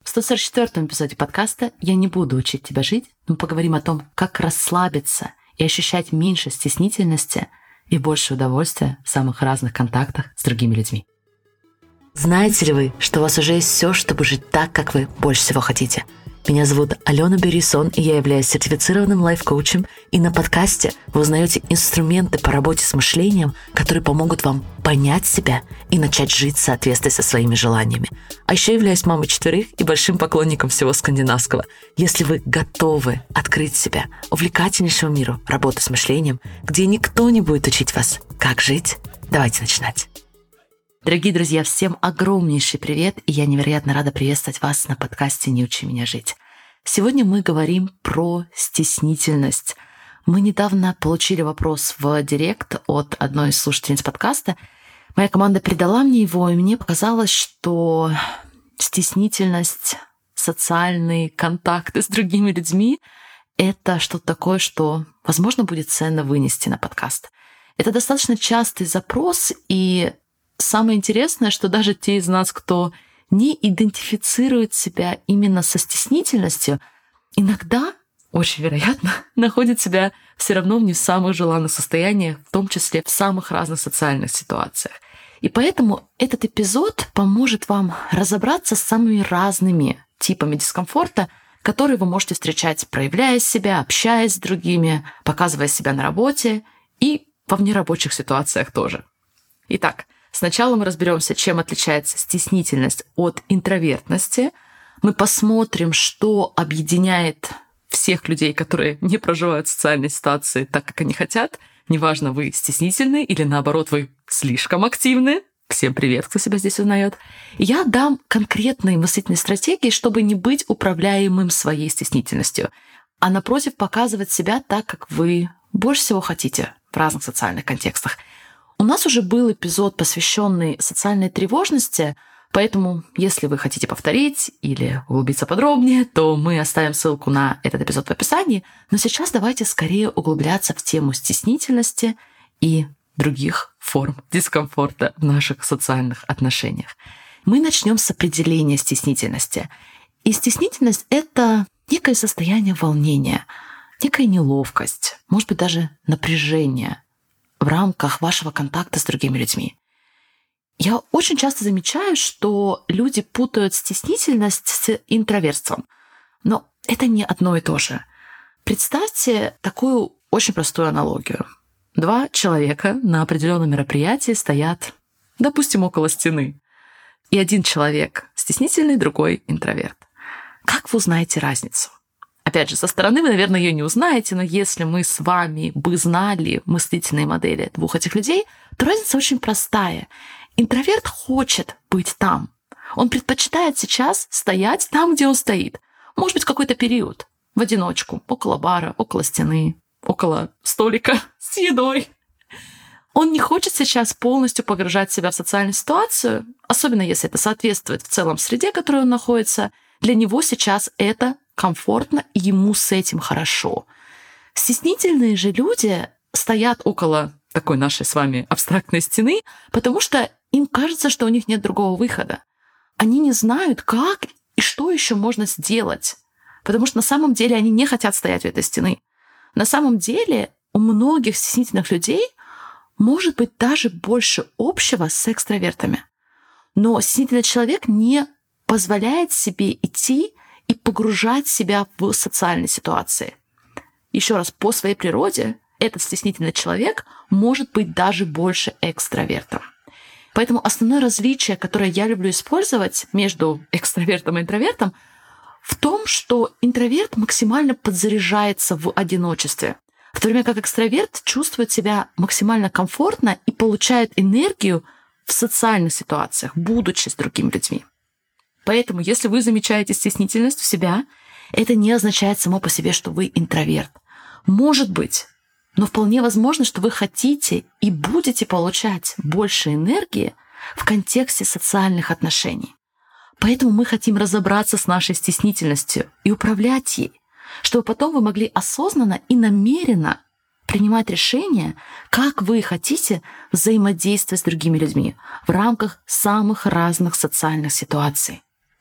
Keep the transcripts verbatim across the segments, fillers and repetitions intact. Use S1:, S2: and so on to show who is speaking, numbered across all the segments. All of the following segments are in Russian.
S1: В сто сорок четвёртом эпизоде подкаста «Я не буду учить тебя жить», мы поговорим о том, как расслабиться и ощущать меньше стеснительности и больше удовольствия в самых разных контактах с другими людьми. Знаете ли вы, что у вас уже есть все, чтобы жить так, как вы больше всего хотите? Меня зовут Алена Берисон, и я являюсь сертифицированным лайф-коучем, и на подкасте вы узнаете инструменты по работе с мышлением, которые помогут вам понять себя и начать жить в соответствии со своими желаниями. А еще являюсь мамой четверых и большим поклонником всего скандинавского. Если вы готовы открыть себя увлекательнейшему миру работы с мышлением, где никто не будет учить вас, как жить, давайте начинать. Дорогие друзья, всем огромнейший привет, и я невероятно рада приветствовать вас на подкасте «Не учи меня жить». Сегодня мы говорим про стеснительность. Мы недавно получили вопрос в директ от одной из слушательниц подкаста. Моя команда передала мне его, и мне показалось, что стеснительность, социальные контакты с другими людьми — это что-то такое, что, возможно, будет ценно вынести на подкаст. Это достаточно частый запрос, и самое интересное, что даже те из нас, кто не идентифицирует себя именно со стеснительностью, иногда, очень вероятно, находят себя все равно в не самых желанных состояниях, в том числе в самых разных социальных ситуациях. И поэтому этот эпизод поможет вам разобраться с самыми разными типами дискомфорта, которые вы можете встречать, проявляя себя, общаясь с другими, показывая себя на работе и во внерабочих ситуациях тоже. Итак, сначала мы разберемся, чем отличается стеснительность от интровертности. Мы посмотрим, что объединяет всех людей, которые не проживают в социальной ситуации так, как они хотят. Неважно, вы стеснительны или, наоборот, вы слишком активны. Всем привет, кто себя здесь узнает. Я дам конкретные мыслительные стратегии, чтобы не быть управляемым своей стеснительностью, а, напротив, показывать себя так, как вы больше всего хотите в разных социальных контекстах. У нас уже был эпизод, посвященный социальной тревожности, поэтому, если вы хотите повторить или углубиться подробнее, то мы оставим ссылку на этот эпизод в описании. Но сейчас давайте скорее углубляться в тему стеснительности и других форм дискомфорта в наших социальных отношениях. Мы начнем с определения стеснительности. И стеснительность — это некое состояние волнения, некая неловкость, может быть, даже напряжение в рамках вашего контакта с другими людьми. Я очень часто замечаю, что люди путают стеснительность с интровертством. Но это не одно и то же. Представьте такую очень простую аналогию. Два человека на определенном мероприятии стоят, допустим, около стены. И один человек стеснительный, другой интроверт. Как вы узнаете разницу? Опять же, со стороны вы, наверное, ее не узнаете, но если мы с вами бы знали мыслительные модели двух этих людей, то разница очень простая. Интроверт хочет быть там. Он предпочитает сейчас стоять там, где он стоит. Может быть, какой-то период. В одиночку, около бара, около стены, около столика с едой. Он не хочет сейчас полностью погружать себя в социальную ситуацию, особенно если это соответствует в целом среде, в которой он находится. Для него сейчас это комфортно, и ему с этим хорошо. Стеснительные же люди стоят около такой нашей с вами абстрактной стены, потому что им кажется, что у них нет другого выхода. Они не знают, как и что еще можно сделать, потому что на самом деле они не хотят стоять у этой стены. На самом деле у многих стеснительных людей может быть даже больше общего с экстравертами. Но стеснительный человек не позволяет себе идти и погружать себя в социальные ситуации. Еще раз, по своей природе этот стеснительный человек может быть даже больше экстравертом. Поэтому основное различие, которое я люблю использовать между экстравертом и интровертом, в том, что интроверт максимально подзаряжается в одиночестве, в то время как экстраверт чувствует себя максимально комфортно и получает энергию в социальных ситуациях, будучи с другими людьми. Поэтому, если вы замечаете стеснительность у себя, это не означает само по себе, что вы интроверт. Может быть, но вполне возможно, что вы хотите и будете получать больше энергии в контексте социальных отношений. Поэтому мы хотим разобраться с нашей стеснительностью и управлять ей, чтобы потом вы могли осознанно и намеренно принимать решения, как вы хотите взаимодействовать с другими людьми в рамках самых разных социальных ситуаций.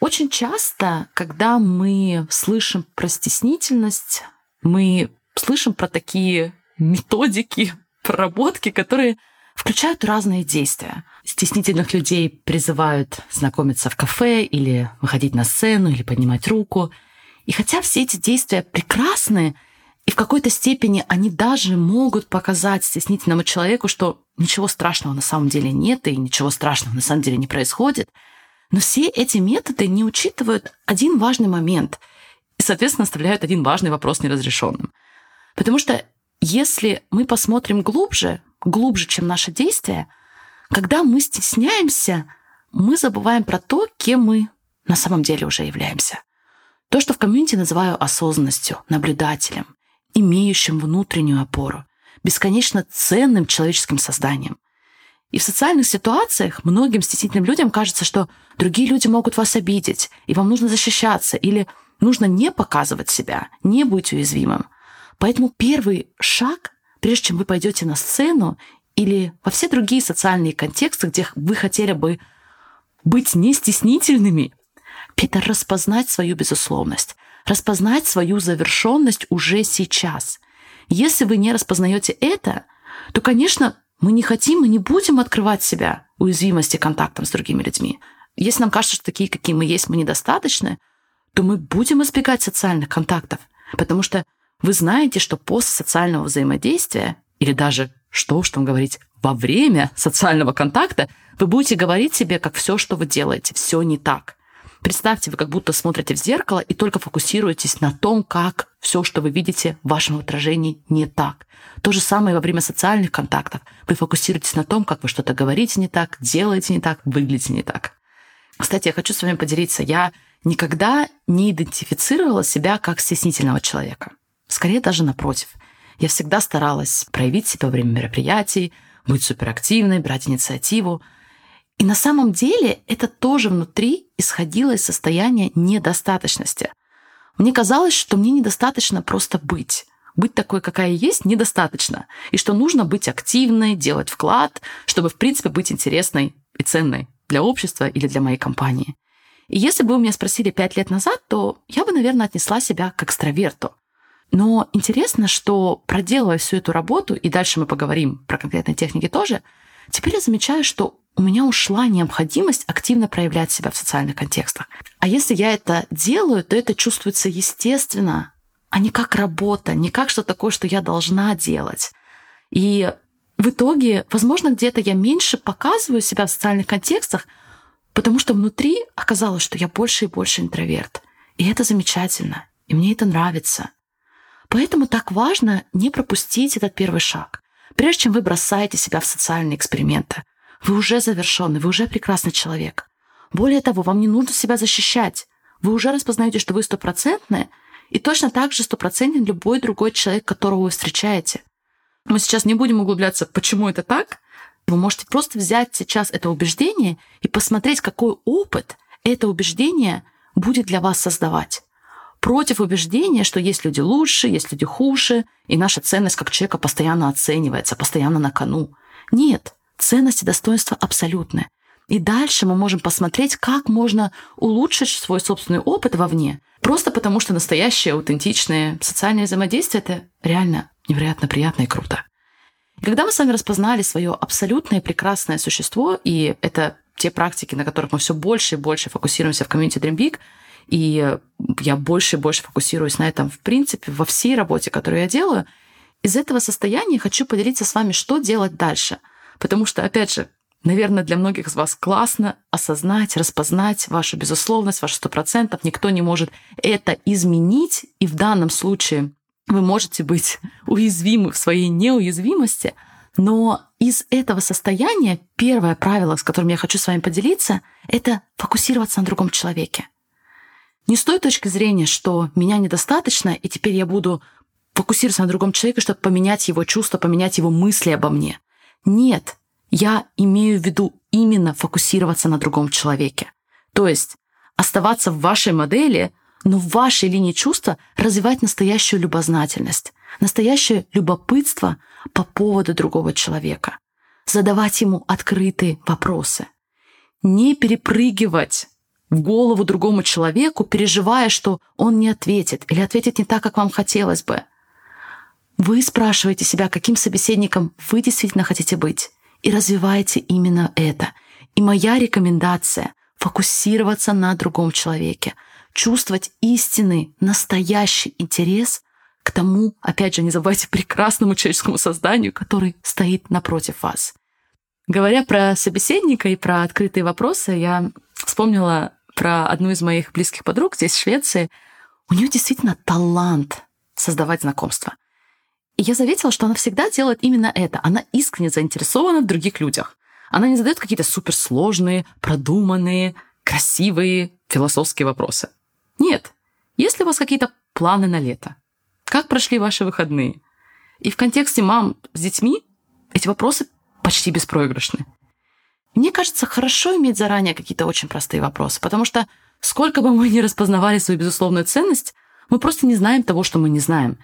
S1: Очень часто, когда мы слышим про стеснительность, мы слышим про такие методики, проработки, которые включают разные действия. Стеснительных людей призывают знакомиться в кафе или выходить на сцену, или поднимать руку. И хотя все эти действия прекрасны, и в какой-то степени они даже могут показать стеснительному человеку, что ничего страшного на самом деле нет, и ничего страшного на самом деле не происходит, но все эти методы не учитывают один важный момент и, соответственно, оставляют один важный вопрос неразрешенным. Потому что если мы посмотрим глубже, глубже, чем наши действия, когда мы стесняемся, мы забываем про то, кем мы на самом деле уже являемся. То, что в комьюнити называю осознанностью, наблюдателем, имеющим внутреннюю опору, бесконечно ценным человеческим созданием. И в социальных ситуациях многим стеснительным людям кажется, что другие люди могут вас обидеть, и вам нужно защищаться, или нужно не показывать себя, не быть уязвимым. Поэтому первый шаг, прежде чем вы пойдете на сцену или во все другие социальные контексты, где вы хотели бы быть не стеснительными, это распознать свою безусловность, распознать свою завершенность уже сейчас. Если вы не распознаете это, то, конечно, мы не хотим и не будем открывать себя уязвимости контактам с другими людьми. Если нам кажется, что такие, какие мы есть, мы недостаточны, то мы будем избегать социальных контактов, потому что вы знаете, что после социального взаимодействия, или даже, что уж там говорить, во время социального контакта, вы будете говорить себе, как все, что вы делаете, все не так. Представьте, вы как будто смотрите в зеркало и только фокусируетесь на том, как все, что вы видите в вашем отражении, не так. То же самое во время социальных контактов. Вы фокусируетесь на том, как вы что-то говорите не так, делаете не так, выглядите не так. Кстати, я хочу с вами поделиться. Я никогда не идентифицировала себя как стеснительного человека. Скорее даже напротив. Я всегда старалась проявить себя во время мероприятий, быть суперактивной, брать инициативу. И на самом деле это тоже внутри исходило из состояния недостаточности. Мне казалось, что мне недостаточно просто быть. Быть такой, какая есть, недостаточно. И что нужно быть активной, делать вклад, чтобы, в принципе, быть интересной и ценной для общества или для моей компании. И если бы вы меня спросили пять лет назад, то я бы, наверное, отнесла себя к экстраверту. Но интересно, что, проделывая всю эту работу, и дальше мы поговорим про конкретные техники тоже, теперь я замечаю, что у меня ушла необходимость активно проявлять себя в социальных контекстах. А если я это делаю, то это чувствуется естественно, а не как работа, не как что-то такое, что я должна делать. И в итоге, возможно, где-то я меньше показываю себя в социальных контекстах, потому что внутри оказалось, что я больше и больше интроверт. И это замечательно, и мне это нравится. Поэтому так важно не пропустить этот первый шаг. Прежде чем вы бросаете себя в социальные эксперименты, вы уже завершенный, вы уже прекрасный человек. Более того, вам не нужно себя защищать. Вы уже распознаете, что вы стопроцентные, и точно так же стопроцентен любой другой человек, которого вы встречаете. Мы сейчас не будем углубляться, почему это так. Вы можете просто взять сейчас это убеждение и посмотреть, какой опыт это убеждение будет для вас создавать. Против убеждения, что есть люди лучше, есть люди хуже, и наша ценность как человека постоянно оценивается, постоянно на кону. Нет, ценность и достоинство абсолютны. И дальше мы можем посмотреть, как можно улучшить свой собственный опыт вовне, просто потому что настоящее, аутентичное социальное взаимодействие — это реально невероятно приятно и круто. И когда мы с вами распознали свое абсолютное прекрасное существо, и это те практики, на которых мы все больше и больше фокусируемся в комьюнити Dream Big, и я больше и больше фокусируюсь на этом, в принципе, во всей работе, которую я делаю, из этого состояния хочу поделиться с вами, что делать дальше. Потому что, опять же, наверное, для многих из вас классно осознать, распознать вашу безусловность, вашу сто процентов. Никто не может это изменить, и в данном случае вы можете быть уязвимы в своей неуязвимости, но из этого состояния первое правило, с которым я хочу с вами поделиться, это фокусироваться на другом человеке. Не с той точки зрения, что меня недостаточно, и теперь я буду фокусироваться на другом человеке, чтобы поменять его чувства, поменять его мысли обо мне. Нет, я имею в виду именно фокусироваться на другом человеке. То есть оставаться в вашей модели, но в вашей линии чувства развивать настоящую любознательность, настоящее любопытство по поводу другого человека, задавать ему открытые вопросы, не перепрыгивать в голову другому человеку, переживая, что он не ответит или ответит не так, как вам хотелось бы. Вы спрашиваете себя, каким собеседником вы действительно хотите быть, и развиваете именно это. И моя рекомендация — фокусироваться на другом человеке, чувствовать истинный, настоящий интерес к тому, опять же, не забывайте, прекрасному человеческому созданию, который стоит напротив вас. Говоря про собеседника и про открытые вопросы, я вспомнила про одну из моих близких подруг здесь, в Швеции. У нее действительно талант создавать знакомства. И я заметила, что она всегда делает именно это. Она искренне заинтересована в других людях. Она не задает какие-то суперсложные, продуманные, красивые философские вопросы. Нет. Есть ли у вас какие-то планы на лето? Как прошли ваши выходные? И в контексте мам с детьми эти вопросы почти беспроигрышны. Мне кажется, хорошо иметь заранее какие-то очень простые вопросы, потому что сколько бы мы ни распознавали свою безусловную ценность, мы просто не знаем того, что мы не знаем.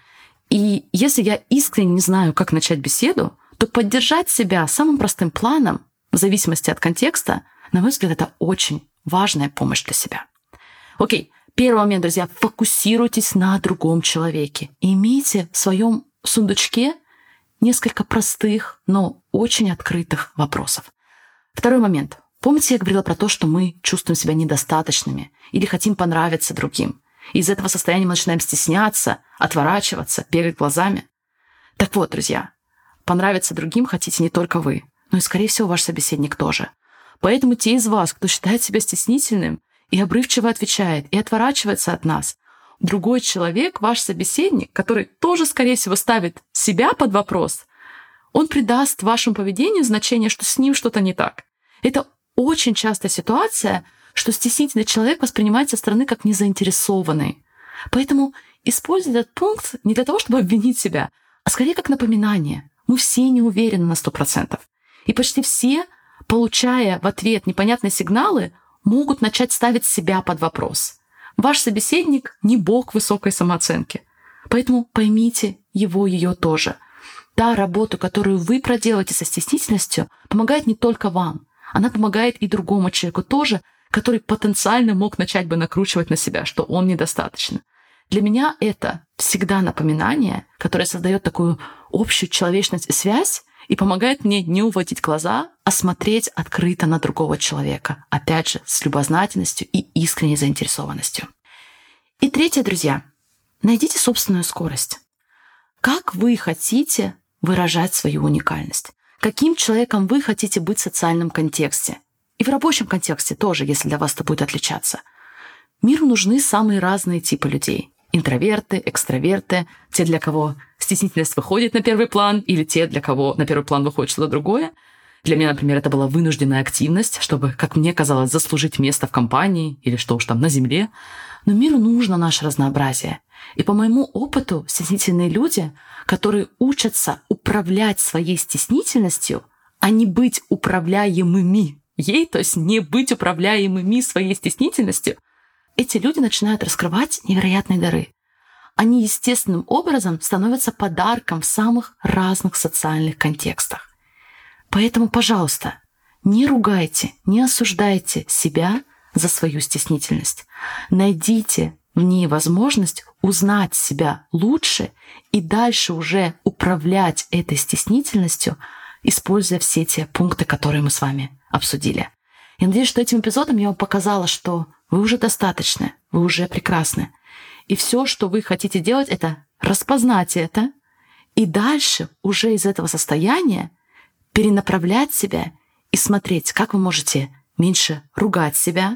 S1: И если я искренне не знаю, как начать беседу, то поддержать себя самым простым планом, в зависимости от контекста, на мой взгляд, это очень важная помощь для себя. Окей, первый момент, друзья, фокусируйтесь на другом человеке. И имейте в своем сундучке несколько простых, но очень открытых вопросов. Второй момент. Помните, я говорила про то, что мы чувствуем себя недостаточными или хотим понравиться другим. Из этого состояния мы начинаем стесняться, отворачиваться, бегать глазами. Так вот, друзья, понравиться другим хотите не только вы, но и, скорее всего, ваш собеседник тоже. Поэтому те из вас, кто считает себя стеснительным и обрывчиво отвечает, и отворачивается от нас, другой человек, ваш собеседник, который тоже, скорее всего, ставит себя под вопрос, он придаст вашему поведению значение, что с ним что-то не так. Это очень частая ситуация, что стеснительный человек воспринимается со стороны как незаинтересованный. Поэтому используйте этот пункт не для того, чтобы обвинить себя, а скорее как напоминание. Мы все не уверены на сто процентов. И почти все, получая в ответ непонятные сигналы, могут начать ставить себя под вопрос. Ваш собеседник не бог высокой самооценки. Поэтому поймите его, ее тоже. Та работа, которую вы проделаете со стеснительностью, помогает не только вам. Она помогает и другому человеку тоже, который потенциально мог начать бы накручивать на себя, что он недостаточно. Для меня это всегда напоминание, которое создает такую общую человечность и связь и помогает мне не уводить глаза, а смотреть открыто на другого человека. Опять же, с любознательностью и искренней заинтересованностью. И третье, друзья, найдите собственную скорость. Как вы хотите выражать свою уникальность? Каким человеком вы хотите быть в социальном контексте? И в рабочем контексте тоже, если для вас это будет отличаться. Миру нужны самые разные типы людей. Интроверты, экстраверты, те, для кого стеснительность выходит на первый план, или те, для кого на первый план выходит что-то другое. Для меня, например, это была вынужденная активность, чтобы, как мне казалось, заслужить место в компании или что уж там на земле. Но миру нужно наше разнообразие. И по моему опыту стеснительные люди, которые учатся управлять своей стеснительностью, а не быть управляемыми ей, то есть не быть управляемыми своей стеснительностью, эти люди начинают раскрывать невероятные дары. Они естественным образом становятся подарком в самых разных социальных контекстах. Поэтому, пожалуйста, не ругайте, не осуждайте себя за свою стеснительность. Найдите в ней возможность узнать себя лучше и дальше уже управлять этой стеснительностью, используя все те пункты, которые мы с вами обсудили. Я надеюсь, что этим эпизодом я вам показала, что вы уже достаточны, вы уже прекрасны. И все, что вы хотите делать, это распознать это и дальше уже из этого состояния перенаправлять себя и смотреть, как вы можете меньше ругать себя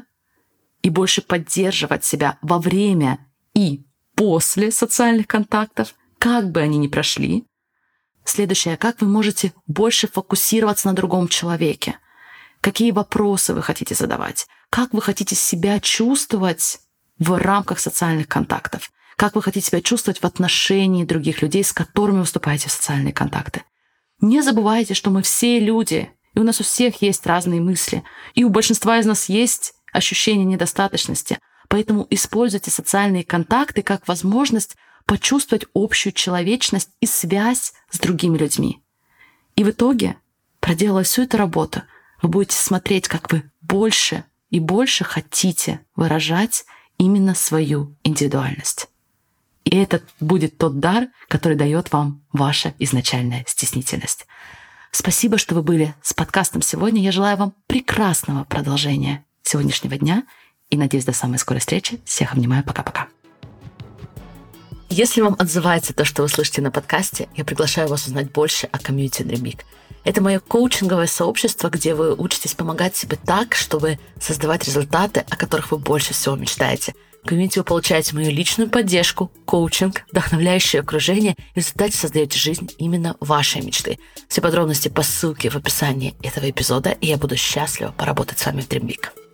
S1: и больше поддерживать себя во время и после социальных контактов, как бы они ни прошли. Следующее, как вы можете больше фокусироваться на другом человеке, какие вопросы вы хотите задавать, как вы хотите себя чувствовать в рамках социальных контактов, как вы хотите себя чувствовать в отношении других людей, с которыми вы вступаете в социальные контакты. Не забывайте, что мы все люди, и у нас у всех есть разные мысли, и у большинства из нас есть ощущение недостаточности, поэтому используйте социальные контакты как возможность почувствовать общую человечность и связь с другими людьми. И в итоге, проделывая всю эту работу, вы будете смотреть, как вы больше и больше хотите выражать именно свою индивидуальность. И это будет тот дар, который дает вам ваша изначальная стеснительность. Спасибо, что вы были с подкастом сегодня. Я желаю вам прекрасного продолжения сегодняшнего дня и надеюсь, до самой скорой встречи. Всех обнимаю. Пока-пока. Если вам отзывается то, что вы слышите на подкасте, я приглашаю вас узнать больше о комьюнити Dream Big. Это мое коучинговое сообщество, где вы учитесь помогать себе так, чтобы создавать результаты, о которых вы больше всего мечтаете. В комьюнити вы получаете мою личную поддержку, коучинг, вдохновляющее окружение и в результате создаете жизнь именно вашей мечты. Все подробности по ссылке в описании этого эпизода, и я буду счастлива поработать с вами в Dream Big.